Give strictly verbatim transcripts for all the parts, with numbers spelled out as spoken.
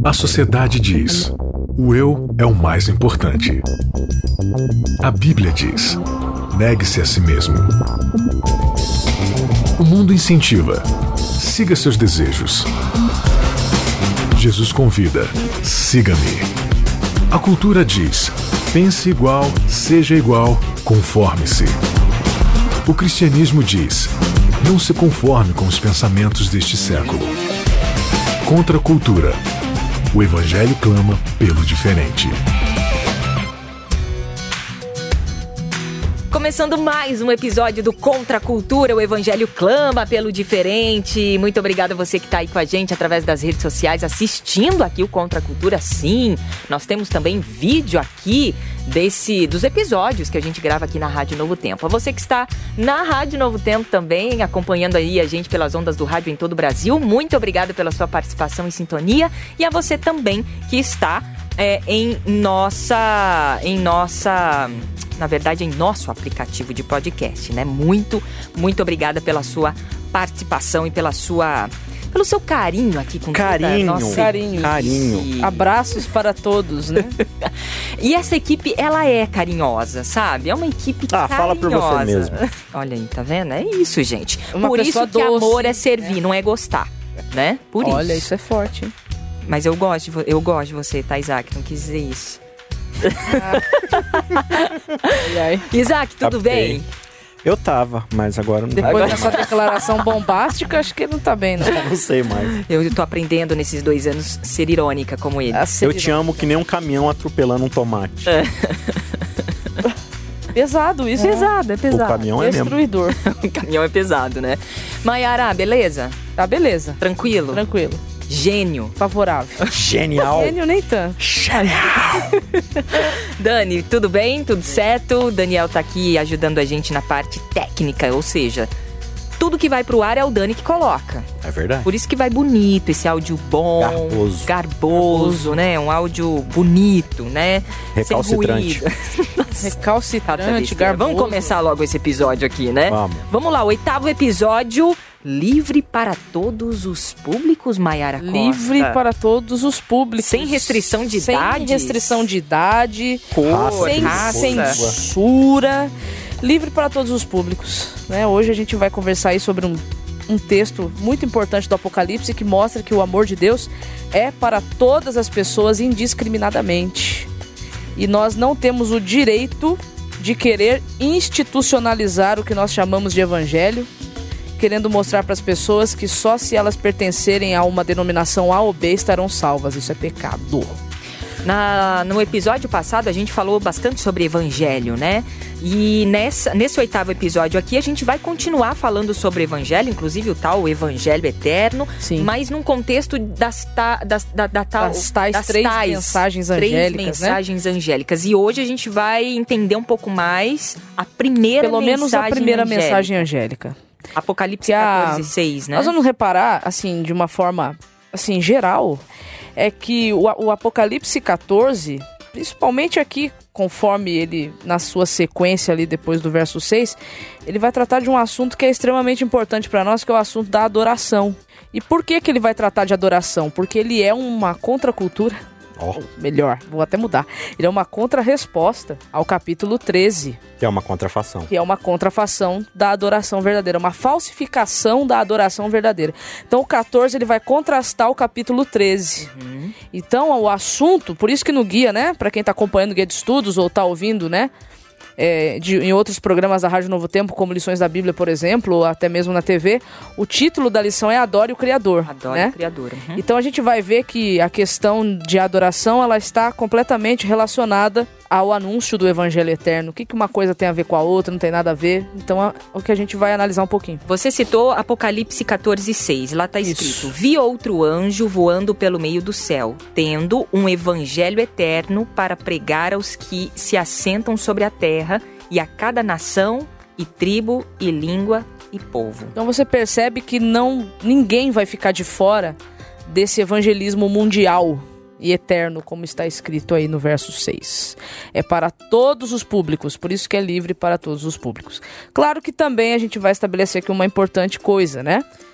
A sociedade diz: o eu é o mais importante. A Bíblia diz: negue-se a si mesmo. O mundo incentiva: siga seus desejos. Jesus convida: siga-me. A cultura diz: pense igual, seja igual, conforme-se. O cristianismo diz: não se conforme com os pensamentos deste século. Contra a cultura, o Evangelho clama pelo diferente. Começando mais um episódio do Contra a Cultura, o Evangelho clama pelo diferente. Muito obrigada a você que está aí com a gente através das redes sociais, assistindo aqui o Contra a Cultura. Sim, nós temos também vídeo aqui desse, dos episódios que a gente grava aqui na Rádio Novo Tempo. A você que está na Rádio Novo Tempo também, acompanhando aí a gente pelas ondas do rádio em todo o Brasil, muito obrigada pela sua participação e sintonia. E a você também que está é, em nossa... em nossa... na verdade, em nosso aplicativo de podcast, né? Muito, muito obrigada pela sua participação e pela sua, pelo seu carinho aqui com carinho, toda a nossa carinho, carinho. Abraços para todos, né? E essa equipe, ela é carinhosa, sabe? É uma equipe ah, carinhosa. Fala por você mesmo. Olha aí, tá vendo? É isso, gente. Uma por isso que doce, amor é servir, é. não é gostar, né? Por Olha, isso. isso é forte, hein? Mas eu gosto, de, eu gosto de você, tá, Isaac? Não quis dizer isso. E aí? Isaac, tudo Captei. bem? Eu tava, mas agora não. Depois agora... dessa declaração bombástica, acho que ele não tá bem, não. Não sei mais. Eu tô aprendendo nesses dois anos ser irônica como ele. Eu te amo que nem um caminhão atropelando um tomate. É. Pesado isso. É. Pesado, é pesado. O caminhão é mesmo. Destruidor. O caminhão é pesado, né? Maiara, beleza? Tá, beleza. Tranquilo? Tranquilo. Gênio. Favorável. Genial. Gênio nem tanto. Genial. Dani, tudo bem? Tudo certo? Daniel tá aqui ajudando a gente na parte técnica, ou seja, tudo que vai pro ar é o Dani que coloca. É verdade. Por isso que vai bonito, esse áudio bom, garboso, garboso, né? Um áudio bonito, né? Recalcitrante. Recalcitrante, garboso. Vamos começar logo esse episódio aqui, né? Vamos. Vamos lá, oitavo episódio, livre para todos os públicos, Maiara Costa. Livre para todos os públicos. Sem restrição de sem idade. Sem restrição de idade. Cor, sem raça. censura. Livre para todos os públicos, né? Hoje a gente vai conversar aí sobre um, um texto muito importante do Apocalipse que mostra que o amor de Deus é para todas as pessoas indiscriminadamente. E nós não temos o direito de querer institucionalizar o que nós chamamos de evangelho, querendo mostrar para as pessoas que só se elas pertencerem a uma denominação A ou B estarão salvas. Isso é pecado. Na, no episódio passado a gente falou bastante sobre evangelho, né? E nessa, nesse oitavo episódio aqui a gente vai continuar falando sobre evangelho, inclusive o tal evangelho eterno, Sim. mas num contexto das, ta, das, da, da tal, das tais das três tais, mensagens três angélicas, mensagens né? angélicas. E hoje a gente vai entender um pouco mais a primeira Pelo mensagem menos a primeira angélica. mensagem angélica. Apocalipse a... catorze, seis, né? Nós vamos reparar, assim, de uma forma assim, geral, é que o, o Apocalipse catorze, principalmente aqui, conforme ele, na sua sequência ali depois do verso seis, ele vai tratar de um assunto que é extremamente importante para nós, que é o assunto da adoração. E por que que ele vai tratar de adoração? Porque ele é uma contracultura. Oh. Melhor, vou até mudar. Ele é uma contrarresposta ao capítulo treze. Que é uma contrafação. Que é uma contrafação da adoração verdadeira, uma falsificação da adoração verdadeira. Então o catorze ele vai contrastar o capítulo treze. Uhum. Então o assunto, por isso que no guia, né, para quem está acompanhando o guia de estudos ou está ouvindo, né, É, de, em outros programas da Rádio Novo Tempo, como Lições da Bíblia, por exemplo, ou até mesmo na T V, o título da lição é Adore o Criador. Adore né? o Criador. Uhum. Então a gente vai ver que a questão de adoração, ela está completamente relacionada ao anúncio do Evangelho Eterno. O que, que uma coisa tem a ver com a outra, não tem nada a ver. Então é o que a gente vai analisar um pouquinho. Você citou Apocalipse catorze, seis. Lá está escrito: Isso. Vi outro anjo voando pelo meio do céu, tendo um Evangelho Eterno para pregar aos que se assentam sobre a terra e a cada nação e tribo e língua e povo. Então você percebe que não, ninguém vai ficar de fora desse evangelismo mundial e eterno, como está escrito aí no verso seis. É para todos os públicos, por isso que é livre para todos os públicos. Claro que também a gente vai estabelecer aqui uma importante coisa, né?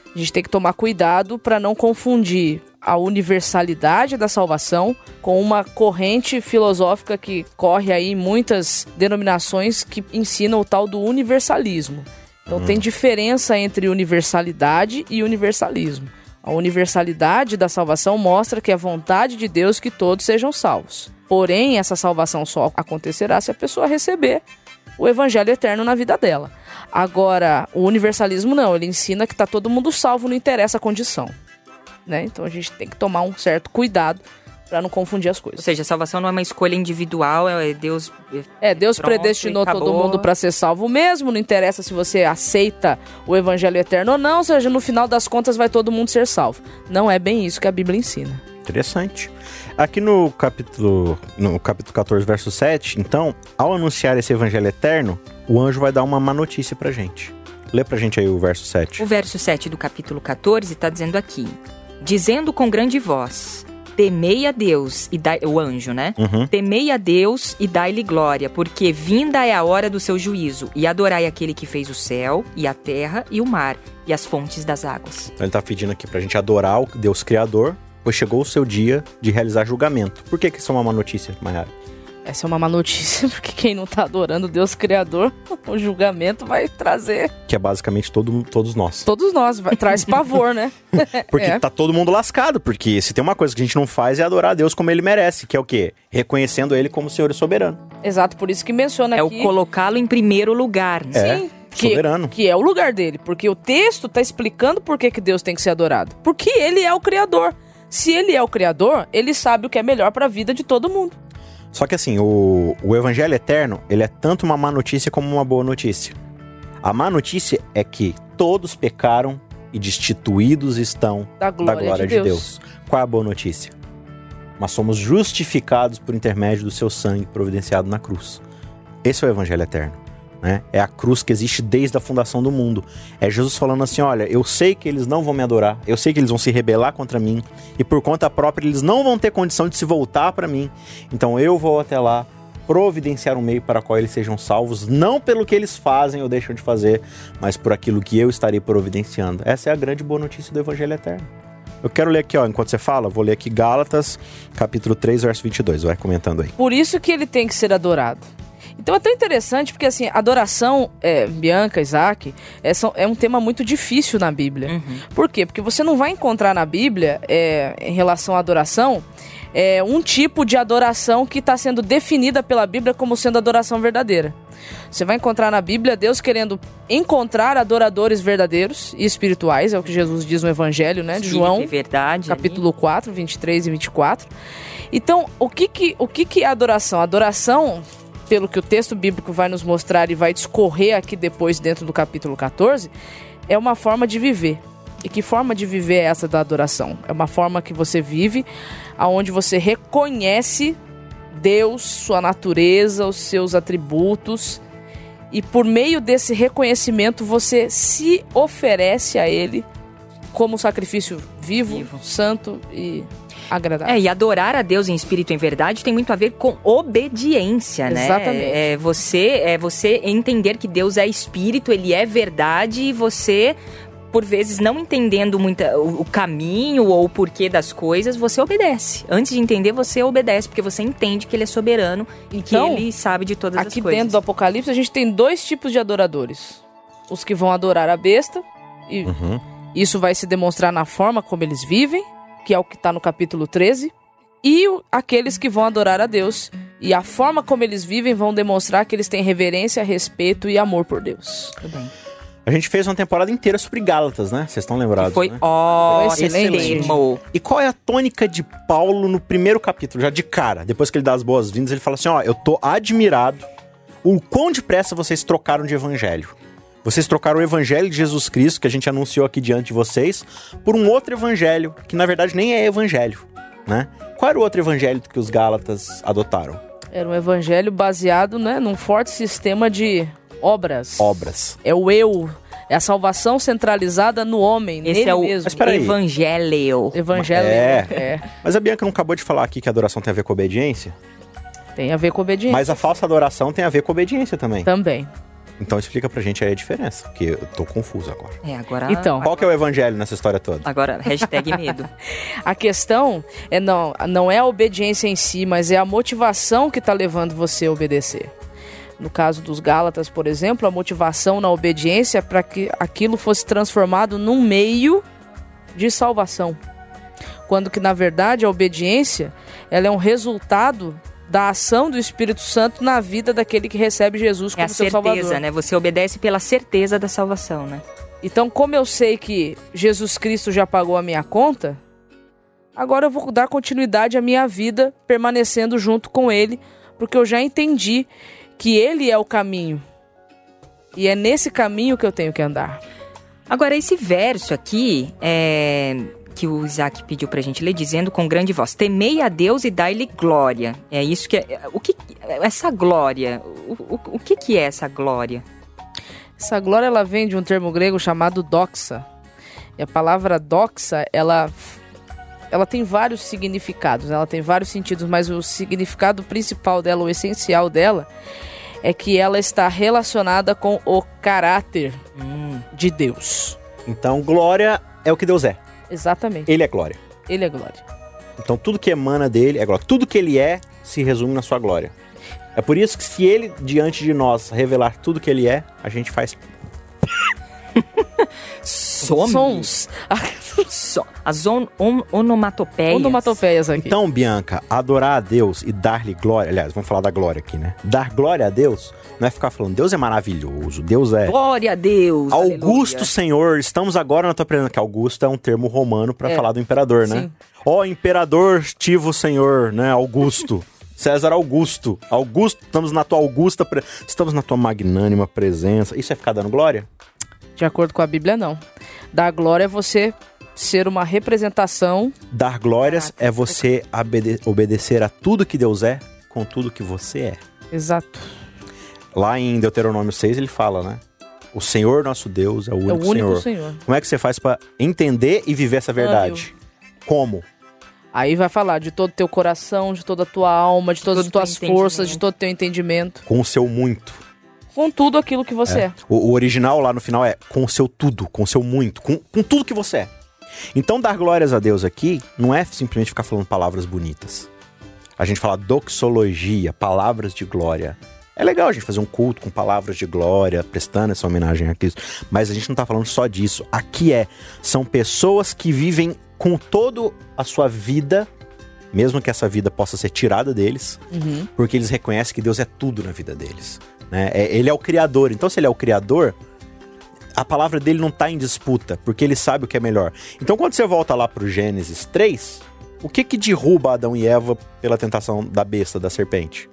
A gente tem que tomar cuidado para não confundir a universalidade da salvação com uma corrente filosófica que corre aí em muitas denominações que ensinam o tal do universalismo. Então hum. tem diferença entre universalidade e universalismo. A universalidade da salvação mostra que é vontade de Deus que todos sejam salvos. Porém, essa salvação só acontecerá se a pessoa receber o evangelho eterno na vida dela. Agora, o universalismo não, ele ensina que está todo mundo salvo, não interessa a condição. Né? Então a gente tem que tomar um certo cuidado para não confundir as coisas. Ou seja, a salvação não é uma escolha individual, é Deus... É, Deus pronto, predestinou todo mundo para ser salvo mesmo, não interessa se você aceita o evangelho eterno ou não, ou seja, no final das contas vai todo mundo ser salvo. Não é bem isso que a Bíblia ensina. Interessante. Aqui no capítulo, no capítulo catorze, verso sete, então, ao anunciar esse evangelho eterno, o anjo vai dar uma má notícia pra gente. Lê pra gente aí o verso sete. O verso sete do capítulo catorze está dizendo aqui: dizendo com grande voz, temei a Deus e dai... O anjo, né? Uhum. Temei a Deus e dai-lhe glória, porque vinda é a hora do seu juízo, e adorai aquele que fez o céu, e a terra, e o mar, e as fontes das águas. Então ele tá pedindo aqui pra gente adorar o Deus Criador, pois chegou o seu dia de realizar julgamento. Por que que isso é uma má notícia, Mayara? Essa é uma má notícia, porque quem não tá adorando o Deus Criador, o julgamento vai trazer... Que é basicamente todo, todos nós. Todos nós, vai, traz pavor, né? Porque é. tá todo mundo lascado, porque se tem uma coisa que a gente não faz é adorar a Deus como Ele merece, que é o quê? Reconhecendo Ele como Senhor e soberano. Exato, por isso que menciona é aqui... É o colocá-lo em primeiro lugar. Né? É. Sim. Que, soberano. Que é o lugar dele, porque o texto tá explicando por que, que Deus tem que ser adorado. Porque Ele é o Criador. Se Ele é o Criador, Ele sabe o que é melhor para a vida de todo mundo. Só que assim, o, o Evangelho Eterno, ele é tanto uma má notícia como uma boa notícia. A má notícia é que todos pecaram e destituídos estão da glória, da glória de, de Deus. Deus. Qual é a boa notícia? Mas somos justificados por intermédio do seu sangue providenciado na cruz. Esse é o Evangelho Eterno. Né? É a cruz que existe desde a fundação do mundo. É Jesus falando assim, olha, eu sei que eles não vão me adorar, eu sei que eles vão se rebelar contra mim, e por conta própria eles não vão ter condição de se voltar para mim. Então eu vou até lá providenciar um meio para qual eles sejam salvos, não pelo que eles fazem ou deixam de fazer, mas por aquilo que eu estarei providenciando. Essa é a grande boa notícia do Evangelho Eterno. Eu quero ler aqui, ó, enquanto você fala, vou ler aqui Gálatas, capítulo três, verso vinte e dois, vai comentando aí. Por isso que ele tem que ser adorado. Então é tão interessante porque, assim, adoração, é, Bianca, Isaac, é, são, é um tema muito difícil na Bíblia. Uhum. Por quê? Porque você não vai encontrar na Bíblia, é, em relação à adoração, é, um tipo de adoração que está sendo definida pela Bíblia como sendo adoração verdadeira. Você vai encontrar na Bíblia Deus querendo encontrar adoradores verdadeiros e espirituais, é o que Jesus diz no Evangelho, né, de João, verdade, capítulo quatro, vinte e três e vinte e quatro. Então, o que que, o que que é adoração? Adoração, pelo que o texto bíblico vai nos mostrar e vai discorrer aqui depois dentro do capítulo catorze, é uma forma de viver. E que forma de viver é essa da adoração? É uma forma que você vive, onde você reconhece Deus, sua natureza, os seus atributos, e por meio desse reconhecimento você se oferece a Ele como sacrifício vivo, vivo. santo e agradável. É, e adorar a Deus em espírito e em verdade tem muito a ver com obediência, né? Exatamente. É você, é você entender que Deus é espírito, Ele é verdade, e você, por vezes, não entendendo muito o caminho ou o porquê das coisas, você obedece. Antes de entender, você obedece, porque você entende que Ele é soberano e então, que Ele sabe de todas as coisas. Aqui dentro do Apocalipse, a gente tem dois tipos de adoradores. Os que vão adorar a besta, e uhum. isso vai se demonstrar na forma como eles vivem, que é o que está no capítulo treze, e o, aqueles que vão adorar a Deus. E a forma como eles vivem vão demonstrar que eles têm reverência, respeito e amor por Deus. Tudo bem. A gente fez uma temporada inteira sobre Gálatas, né? Vocês estão lembrados, Foi né? ótimo. Excelente. E qual é a tônica de Paulo no primeiro capítulo, já de cara? Depois que ele dá as boas-vindas, ele fala assim, ó, eu tô admirado o quão depressa vocês trocaram de evangelho. Vocês trocaram o evangelho de Jesus Cristo, que a gente anunciou aqui diante de vocês, por um outro evangelho, que na verdade nem é evangelho, né? Qual era o outro evangelho que os Gálatas adotaram? Era um evangelho baseado, né, num forte sistema de obras. Obras. É o eu, é a salvação centralizada no homem, Esse nele é o mesmo. evangelho. Evangelho. É. é. Mas a Bianca não acabou de falar aqui que a adoração tem a ver com obediência? Tem a ver com obediência. Mas a falsa adoração tem a ver com obediência também. Também. Então explica pra gente aí a diferença, porque eu tô confuso agora. É, agora... Então. Qual que é o evangelho nessa história toda? Agora, hashtag medo. A questão é não, não é a obediência em si, mas é a motivação que está levando você a obedecer. No caso dos Gálatas, por exemplo, a motivação na obediência é para que aquilo fosse transformado num meio de salvação. Quando que, na verdade, a obediência ela é um resultado da ação do Espírito Santo na vida daquele que recebe Jesus como é a seu certeza, Salvador. Né? Você obedece pela certeza da salvação, né? Então, como eu sei que Jesus Cristo já pagou a minha conta, agora eu vou dar continuidade à minha vida permanecendo junto com Ele, porque eu já entendi que Ele é o caminho. E é nesse caminho que eu tenho que andar. Agora, esse verso aqui, é... que o Isaac pediu pra gente ler, dizendo com grande voz: temei a Deus e dai-lhe glória. É isso que é. O que essa glória? O, o, o que que é essa glória? Essa glória ela vem de um termo grego chamado doxa. E a palavra doxa, ela ela tem vários significados, ela tem vários sentidos, mas o significado principal dela, o essencial dela, é que ela está relacionada com o caráter hum. de Deus. Então, glória é o que Deus é. Exatamente. Ele é glória. Ele é glória. Então tudo que emana dele é glória. Tudo que ele é se resume na sua glória. É por isso que se ele, diante de nós, revelar tudo que ele é, a gente faz... Some. Sons. So, as on, on, onomatopeias. Onomatopeias aqui. Então, Bianca, adorar a Deus e dar-lhe glória... Aliás, vamos falar da glória aqui, né? Dar glória a Deus não é ficar falando, Deus é maravilhoso, Deus é... Glória a Deus! Augusto, aleluia. Senhor, estamos agora na tua presença, que Augusto é um termo romano para é. falar do imperador, né? Sim. Ó, imperador, tivo Senhor, né? Augusto. César Augusto. Augusto, estamos na tua augusta, pre... estamos na tua magnânima presença. Isso é ficar dando glória? De acordo com a Bíblia, não. Dar glória é você ser uma representação... Dar glórias é você obede- obedecer a tudo que Deus é, com tudo que você é. Exato. Lá em Deuteronômio seis ele fala, né? O Senhor nosso Deus é o único, é o único Senhor. Senhor. Como é que você faz para entender e viver essa verdade? Ah, Como? Aí vai falar de todo o teu coração, de toda a tua alma, de todas as tuas forças, de todo o teu entendimento. Com o seu muito. Com tudo aquilo que você é. é. O, o original lá no final é com o seu tudo, com o seu muito, com, com tudo que você é. Então dar glórias a Deus aqui não é simplesmente ficar falando palavras bonitas. A gente fala doxologia, palavras de glória. É legal a gente fazer um culto com palavras de glória, prestando essa homenagem a Cristo. Mas a gente não tá falando só disso. Aqui é, são pessoas que vivem com toda a sua vida, mesmo que essa vida possa ser tirada deles, uhum. porque eles reconhecem que Deus é tudo na vida deles. Né? É, ele é o Criador. Então, se ele é o Criador, a palavra dele não tá em disputa, porque ele sabe o que é melhor. Então, quando você volta lá pro Gênesis três, o que que derruba Adão e Eva pela tentação da besta, da serpente?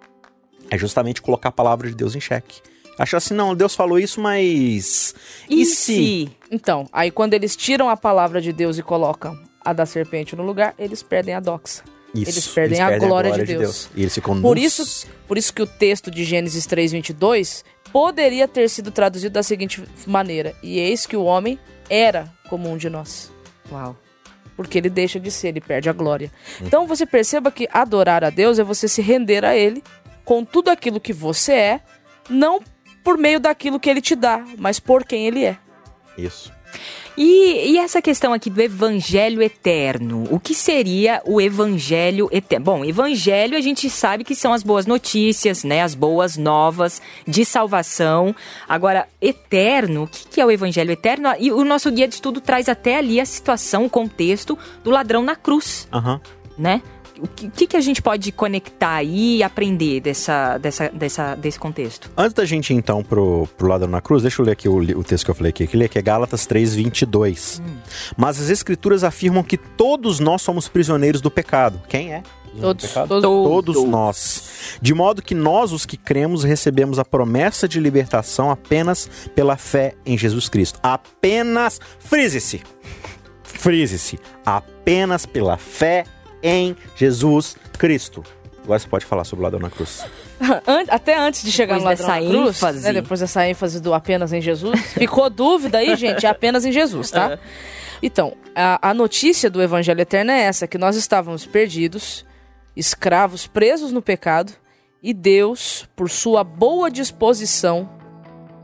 É justamente colocar a palavra de Deus em xeque. Achar assim, não, Deus falou isso, mas... E, e se? se? Então, aí quando eles tiram a palavra de Deus e colocam a da serpente no lugar, eles perdem a doxa. Isso, eles perdem, eles a, perdem glória a glória de de Deus. Deus. E eles ficam por nus. isso, por isso que o texto de Gênesis três, vinte e dois poderia ter sido traduzido da seguinte maneira: e eis que o homem era como um de nós. Uau. Porque ele deixa de ser, ele perde a glória. Hum. Então você perceba que adorar a Deus é você se render a Ele com tudo aquilo que você é, não por meio daquilo que Ele te dá, mas por quem Ele é. Isso. E, e essa questão aqui do evangelho eterno, o que seria o evangelho eterno? Bom, evangelho a gente sabe que são as boas notícias, né? As boas novas de salvação. Agora, eterno, o que, que é o evangelho eterno? E o nosso guia de estudo traz até ali a situação, o contexto do ladrão na cruz, uhum. né? O que, que a gente pode conectar aí e aprender dessa, dessa, dessa, desse contexto? Antes da gente ir, então, pro, pro ladrão na cruz, deixa eu ler aqui o, o texto que eu falei aqui, que, que é Gálatas três, vinte e dois. Hum. Mas as escrituras afirmam que todos nós somos prisioneiros do pecado. Quem é? Todos, todos. Todos nós. De modo que nós, os que cremos, recebemos a promessa de libertação apenas pela fé em Jesus Cristo. Apenas, frise-se, frise-se, apenas pela fé em Jesus Cristo. Agora você pode falar sobre o ladrão na cruz. Até antes de chegar depois no ladrão na cruz, ênfase. Né, depois dessa ênfase do apenas em Jesus, ficou dúvida aí, gente? É apenas em Jesus, tá? Então, a, a notícia do Evangelho Eterno é essa, que nós estávamos perdidos, escravos, presos no pecado, e Deus, por sua boa disposição,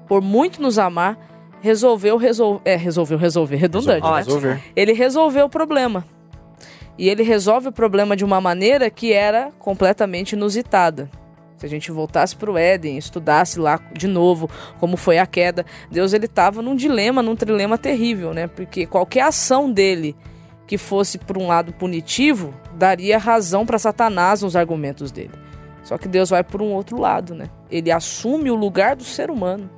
por muito nos amar, resolveu resolver... É, resolveu resolver, redundante, Resolve, né? resolver. Ele resolveu o problema. E ele resolve o problema de uma maneira que era completamente inusitada. Se a gente voltasse para o Éden, estudasse lá de novo como foi a queda, Deus ele estava num dilema, num trilema terrível, né? Porque qualquer ação dele que fosse por um lado punitivo, daria razão para Satanás nos argumentos dele. Só que Deus vai por um outro lado, né? Ele assume o lugar do ser humano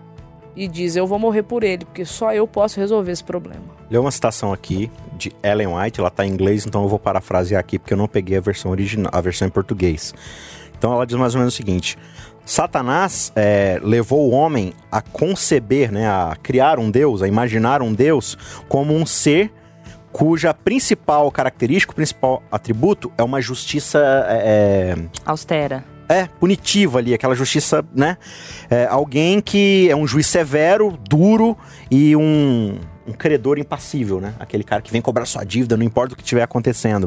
e diz, eu vou morrer por ele, porque só eu posso resolver esse problema. Leu uma citação aqui de Ellen White, ela está em inglês, então eu vou parafrasear aqui, porque eu não peguei a versão original, a versão em português. Então ela diz mais ou menos o seguinte: Satanás é, levou o homem a conceber, né, a criar um Deus, a imaginar um Deus como um ser cuja principal característica, o principal atributo é uma justiça... É, austera. É, punitiva ali, aquela justiça, né? É, alguém que é um juiz severo, duro e um... um credor impassível, né? Aquele cara que vem cobrar sua dívida, não importa o que estiver acontecendo.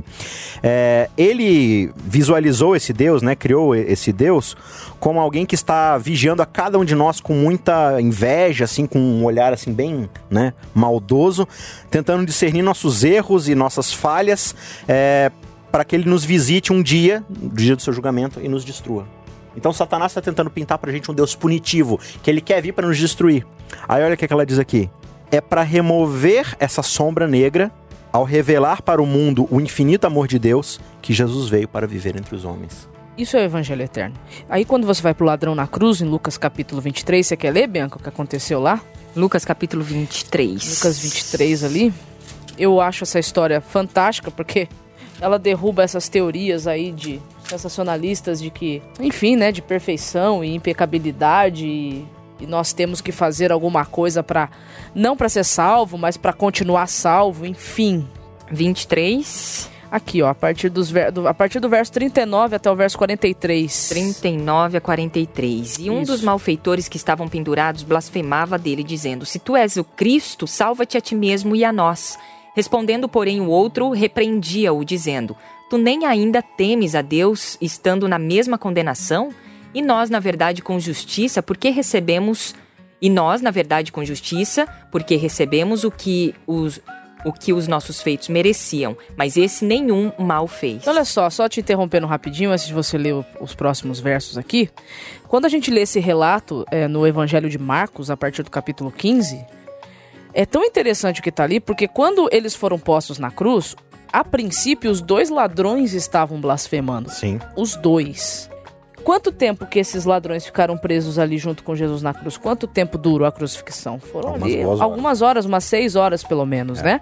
É, ele visualizou esse Deus, né? Criou esse Deus como alguém que está vigiando a cada um de nós com muita inveja, assim, com um olhar assim bem, né, maldoso, tentando discernir nossos erros e nossas falhas, é, para que ele nos visite um dia, no dia do seu julgamento, e nos destrua. Então Satanás está tentando pintar pra gente um Deus punitivo, que ele quer vir para nos destruir. Aí olha o que ela diz aqui. É para remover essa sombra negra, ao revelar para o mundo o infinito amor de Deus, que Jesus veio para viver entre os homens. Isso é o Evangelho Eterno. Aí quando você vai pro ladrão na cruz, em Lucas capítulo vinte e três, você quer ler, Bianca, o que aconteceu lá? Lucas capítulo vinte e três. Lucas vinte e três ali. Eu acho essa história fantástica, porque ela derruba essas teorias aí de sensacionalistas de que, enfim, né, de perfeição e impecabilidade e... E nós temos que fazer alguma coisa para não para ser salvo, mas para continuar salvo, enfim. vinte e três. Aqui, ó, a partir, dos ver, do, a partir do verso trinta e nove até o verso quarenta e três. trinta e nove a quarenta e três. E um Isso. dos malfeitores que estavam pendurados blasfemava dele, dizendo: se tu és o Cristo, salva-te a ti mesmo e a nós. Respondendo, porém, o outro repreendia-o, dizendo: tu nem ainda temes a Deus, estando na mesma condenação? E nós, na verdade, com justiça, porque recebemos... E nós, na verdade, com justiça, porque recebemos o que os, o que os nossos feitos mereciam. Mas esse nenhum mal fez. Então, olha só, só te interrompendo rapidinho, antes de você ler o, os próximos versos aqui. Quando a gente lê esse relato é, no Evangelho de Marcos, a partir do capítulo quinze, é tão interessante o que está ali, porque quando eles foram postos na cruz, a princípio, os dois ladrões estavam blasfemando. Sim. Os dois. Quanto tempo que esses ladrões ficaram presos ali junto com Jesus na cruz? Quanto tempo durou a crucifixão? Foram Algumas ali boas algumas horas, umas seis horas pelo menos, É. né?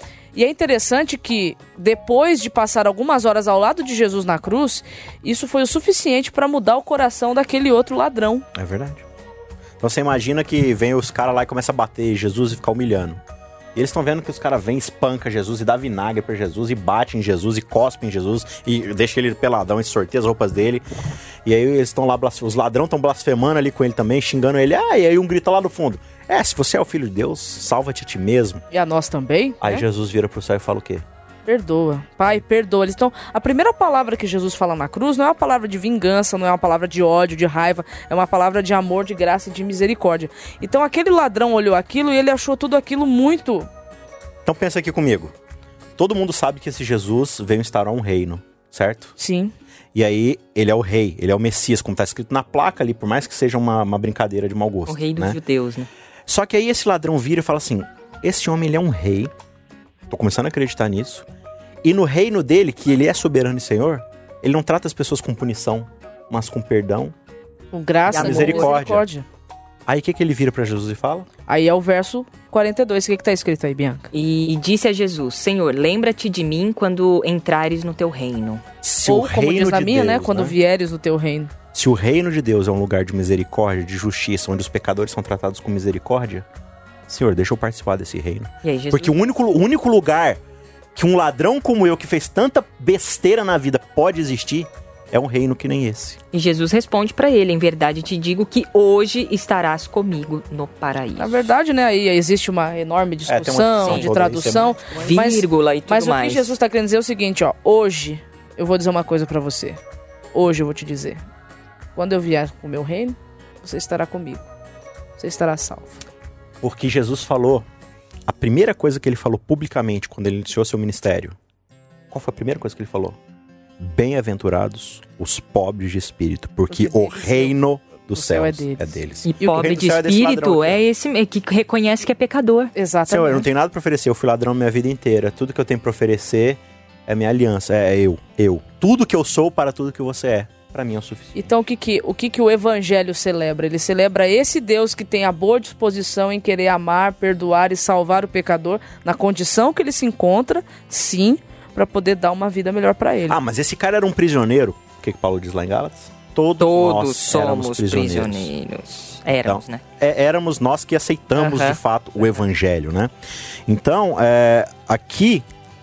E é interessante que depois de passar algumas horas ao lado de Jesus na cruz, isso foi o suficiente para mudar o coração daquele outro ladrão. É verdade. Então você imagina que vem os caras lá e começa a bater Jesus e ficar humilhando. E eles estão vendo que os caras vêm, espanca Jesus e dá vinagre pra Jesus e bate em Jesus e cospe em Jesus e deixa ele peladão e sorteia as roupas dele. E aí eles estão lá, os ladrões estão blasfemando ali com ele também, xingando ele. Ah, e aí um grita lá do fundo: é, se você é o filho de Deus, salva-te a ti mesmo. E a nós também, Aí né? Jesus vira pro céu e fala o quê? Perdoa. Pai, perdoa. Eles estão... A primeira palavra que Jesus fala na cruz não é uma palavra de vingança, não é uma palavra de ódio, de raiva, é uma palavra de amor, de graça e de misericórdia. Então aquele ladrão olhou aquilo e ele achou tudo aquilo muito... Então pensa aqui comigo. Todo mundo sabe que esse Jesus veio instaurar um reino, certo? Sim. E aí ele é o rei, ele é o Messias, como tá escrito na placa ali, por mais que seja uma, uma brincadeira de mau gosto. O rei dos né? judeus, né? Só que aí esse ladrão vira e fala assim: esse homem ele é um rei, tô começando a acreditar nisso, e no reino dele, que ele é soberano e senhor, ele não trata as pessoas com punição, mas com perdão. Com graça E e misericórdia. misericórdia. Aí o que, que ele vira pra Jesus e fala? Aí é o verso quarenta e dois. O que que tá escrito aí, Bianca? E, e disse a Jesus: Senhor, lembra-te de mim quando entrares no teu reino. Se Ou, o como reino diz na de minha, Deus, né? Quando vieres no teu reino. Se o reino de Deus é um lugar de misericórdia, de justiça, onde os pecadores são tratados com misericórdia, Senhor, deixa eu participar desse reino. E aí, Jesus... Porque o único, o único lugar que um ladrão como eu, que fez tanta besteira na vida, pode existir, é um reino que nem esse. E Jesus responde pra ele: em verdade te digo que hoje estarás comigo no paraíso. Na verdade, né? Aí existe uma enorme É, tem discussão uma discussão de toda tradução. aí, Mas, Vírgula e tudo mas o mais. que Jesus está querendo dizer é o seguinte, ó. Hoje, eu vou dizer uma coisa pra você. Hoje eu vou te dizer. Quando eu vier com o meu reino, você estará comigo. você estará salvo. Porque Jesus falou, a primeira coisa que ele falou publicamente quando ele iniciou seu ministério, qual foi a primeira coisa que ele falou? Bem-aventurados os pobres de espírito, porque, porque o reino dos céus é deles. é deles. E, e pobre de espírito é, é esse é que reconhece que é pecador. Exatamente. Senhor, eu não tenho nada para oferecer, eu fui ladrão minha vida inteira. Tudo que eu tenho para oferecer é minha aliança, é eu, eu. Tudo que eu sou para tudo que você é, para mim é o suficiente. Então o que que o, que que o evangelho celebra? Ele celebra esse Deus que tem a boa disposição em querer amar, perdoar e salvar o pecador na condição que ele se encontra, sim, para poder dar uma vida melhor para ele. Ah, mas esse cara era um prisioneiro. O que que Paulo diz lá em Gálatas? Todos, Todos nós somos prisioneiros. prisioneiros. Éramos, então, né? É, éramos nós que aceitamos, uh-huh. de fato, o evangelho, né? Então, é, aqui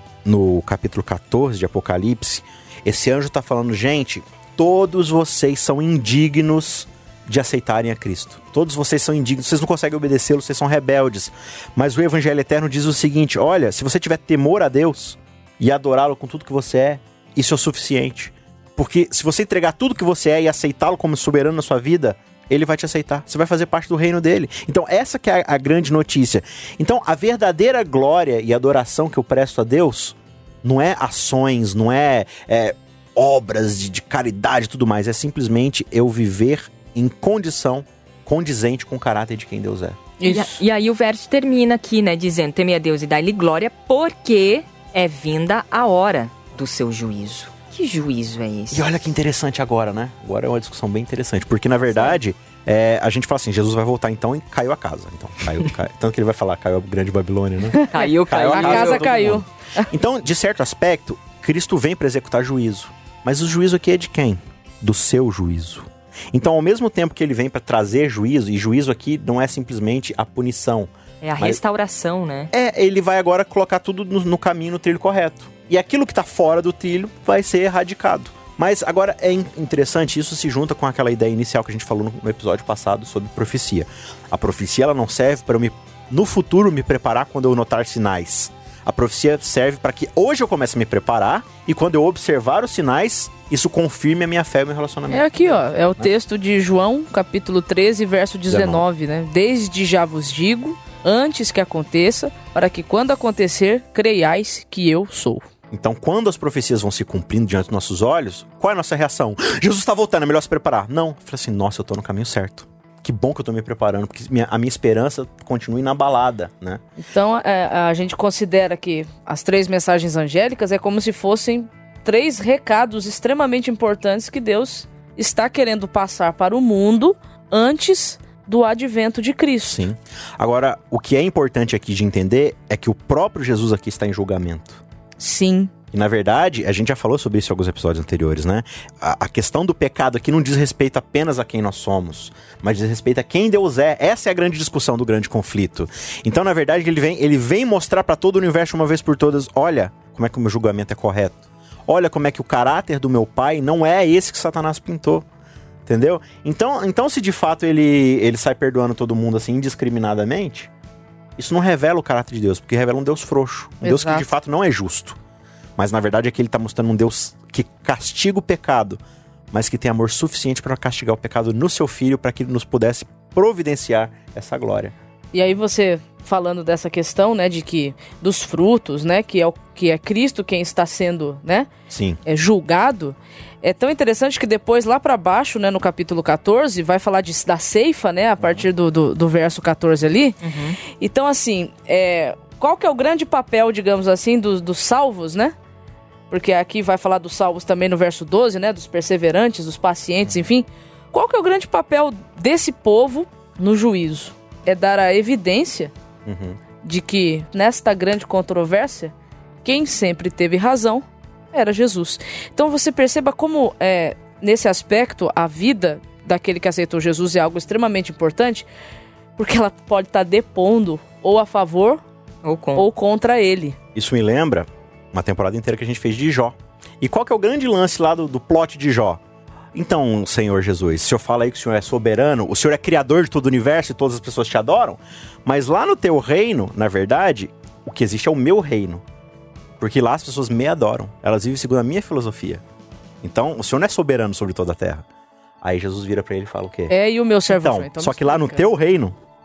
no capítulo catorze de Apocalipse, esse anjo está falando, gente, todos vocês são indignos de aceitarem a Cristo. Todos vocês são indignos, vocês não conseguem obedecê-lo, vocês são rebeldes. Mas o evangelho eterno diz o seguinte, olha, se você tiver temor a Deus e adorá-lo com tudo que você é, isso é o suficiente. Porque se você entregar tudo que você é e aceitá-lo como soberano na sua vida, ele vai te aceitar. Você vai fazer parte do reino dele. Então essa que é a, a grande notícia. Então a verdadeira glória e adoração que eu presto a Deus não é ações, não é, é obras de, de caridade e tudo mais. É simplesmente eu viver em condição condizente com o caráter de quem Deus é. Isso. E, e aí o verso termina aqui, né, dizendo, teme a Deus e dai-lhe glória, porque é vinda a hora do seu juízo. Que juízo é esse? E olha que interessante agora, né? Agora é uma discussão bem interessante. Porque, na verdade, é, a gente fala assim, Jesus vai voltar então e caiu a casa. Então, caiu, caiu, tanto que ele vai falar, caiu a grande Babilônia, né? Caiu, caiu. caiu a, a casa, casa caiu. Então, de certo aspecto, Cristo vem para executar juízo. Mas o juízo aqui é de quem? Do seu juízo. Então, ao mesmo tempo que ele vem para trazer juízo, e juízo aqui não é simplesmente a punição. É a restauração, né? É, ele vai agora colocar tudo no, no caminho, no trilho correto. E aquilo que está fora do trilho vai ser erradicado. Mas agora é interessante, isso se junta com aquela ideia inicial que a gente falou no, no episódio passado sobre profecia. A profecia ela não serve para eu me, no futuro me preparar quando eu notar sinais. A profecia serve para que hoje eu comece a me preparar e quando eu observar os sinais, isso confirme a minha fé e o meu relacionamento. É aqui, ó, é o né? texto de João, capítulo treze, verso dezenove, né? Desde já vos digo, antes que aconteça, para que quando acontecer, creiais que eu sou. Então, quando as profecias vão se cumprindo diante dos nossos olhos, qual é a nossa reação? Jesus está voltando, é melhor se preparar. Não, eu falei assim, nossa, eu tô no caminho certo. Que bom que eu tô me preparando, porque minha, a minha esperança continua inabalada, né? Então, é, a gente considera que as três mensagens angélicas é como se fossem três recados extremamente importantes que Deus está querendo passar para o mundo antes do advento de Cristo. Sim. Agora, o que é importante aqui de entender é que o próprio Jesus aqui está em julgamento. Sim. E, na verdade, a gente já falou sobre isso em alguns episódios anteriores, né? A, a questão do pecado aqui não diz respeito apenas a quem nós somos, mas diz respeito a quem Deus é. Essa é a grande discussão do grande conflito. Então, na verdade, ele vem, ele vem mostrar para todo o universo, uma vez por todas, olha como é que o meu julgamento é correto. Olha como é que o caráter do meu pai não é esse que Satanás pintou. Entendeu? Então, então se de fato ele, ele sai perdoando todo mundo assim, indiscriminadamente, isso não revela o caráter de Deus, porque revela um Deus frouxo. Um Exato. Deus que de fato não é justo. Mas na verdade aqui ele está mostrando um Deus que castiga o pecado, mas que tem amor suficiente para castigar o pecado no seu filho, para que ele nos pudesse providenciar essa glória. E aí você, falando dessa questão, né, de que dos frutos, né, que é, o, que é Cristo quem está sendo, né, Sim. É, julgado, é tão interessante que depois lá para baixo, né, no capítulo catorze, vai falar de, da ceifa, né, a partir do, do, do verso catorze ali. Uhum. Então, assim, é, qual que é o grande papel, digamos assim, dos, dos salvos, né? Porque aqui vai falar dos salvos também no verso doze, né, dos perseverantes, dos pacientes, enfim. Qual que é o grande papel desse povo no juízo? É dar a evidência uhum. de que, nesta grande controvérsia, quem sempre teve razão era Jesus. Então você perceba como, é, nesse aspecto, a vida daquele que aceitou Jesus é algo extremamente importante, porque ela pode estar depondo ou a favor ou, com. ou contra ele. Isso me lembra uma temporada inteira que a gente fez de Jó. E qual que é o grande lance lá do, do plot de Jó? Então, Senhor Jesus, o Senhor fala aí que o Senhor é soberano, o Senhor é criador de todo o universo e todas as pessoas te adoram, mas lá no teu reino, na verdade, o que existe é o meu reino. Porque lá as pessoas me adoram, elas vivem segundo a minha filosofia. Então, o Senhor não é soberano sobre toda a terra. Aí Jesus vira pra ele e fala o quê? É, e o meu servo Então, Jó, então só que lá no teu reino,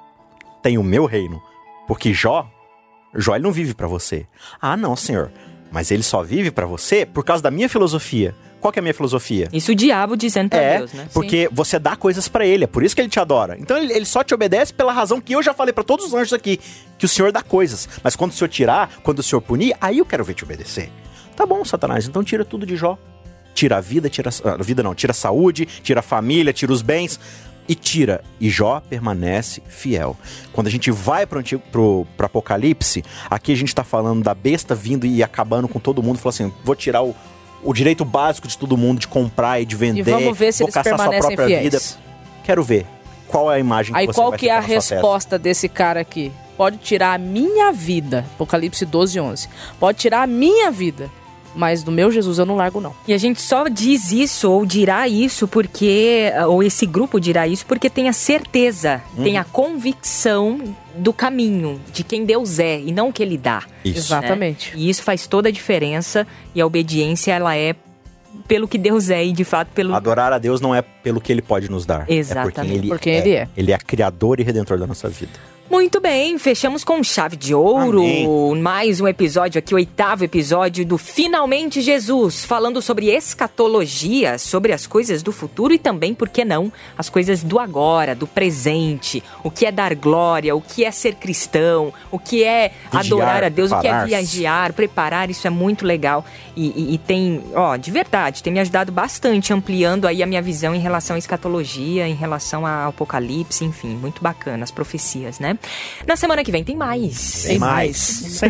tem o meu reino. Porque Jó, Jó ele não vive pra você. Ah, não, senhor. Mas ele só vive pra você por causa da minha filosofia. Qual que é a minha filosofia? Isso o diabo dizendo pra é, Deus, né? Porque Sim. você dá coisas pra ele, é por isso que ele te adora. Então ele, ele só te obedece pela razão que eu já falei pra todos os anjos aqui, que o Senhor dá coisas. Mas quando o Senhor tirar, quando o Senhor punir, aí eu quero ver te obedecer. Tá bom, Satanás, então tira tudo de Jó. Tira a vida, tira a vida não, tira a saúde, tira a família, tira os bens e tira. E Jó permanece fiel. Quando a gente vai pro, pro, pro Apocalipse, aqui a gente tá falando da besta vindo e acabando com todo mundo, falando assim, vou tirar o o direito básico de todo mundo, de comprar e de vender, e vamos ver se vou eles caçar sua própria fiéis. vida. Quero ver qual é a imagem que Aí você qual vai que é a ficar na sua resposta desse cara aqui? Pode tirar a minha vida, Apocalipse doze, onze. Pode tirar a minha vida, mas do meu Jesus eu não largo não. E a gente só diz isso, ou dirá isso, porque, ou esse grupo dirá isso, porque tem a certeza, uhum. tem a convicção do caminho, de quem Deus é, e não o que Ele dá. Isso. Exatamente. Né? E isso faz toda a diferença, e a obediência, ela é pelo que Deus é, e de fato pelo... Adorar a Deus não é pelo que Ele pode nos dar. Exatamente. É porque Ele, porque é, ele é. Ele é criador e redentor da nossa vida. Muito bem, fechamos com chave de ouro. Amém. Mais um episódio aqui, o oitavo episódio do Finalmente Jesus, falando sobre escatologia, sobre as coisas do futuro e também, por que não, as coisas do agora, do presente. O que é dar glória, o que é ser cristão, o que é vigiar, adorar a Deus, o que é vigiar, preparar, isso é muito legal. E, e, e tem, ó, de verdade, tem me ajudado bastante, ampliando aí a minha visão em relação à escatologia, em relação ao Apocalipse, enfim, muito bacana, as profecias, né? Na semana que vem tem mais. Tem mais.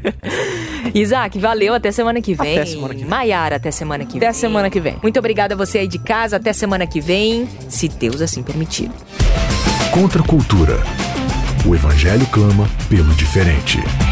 Isaac, valeu. Até semana que vem. Até semana que vem. Maiara, até semana que vem. Até semana que vem. Muito obrigada a você aí de casa. Até semana que vem, se Deus assim permitir. Contra a cultura. O Evangelho clama pelo diferente.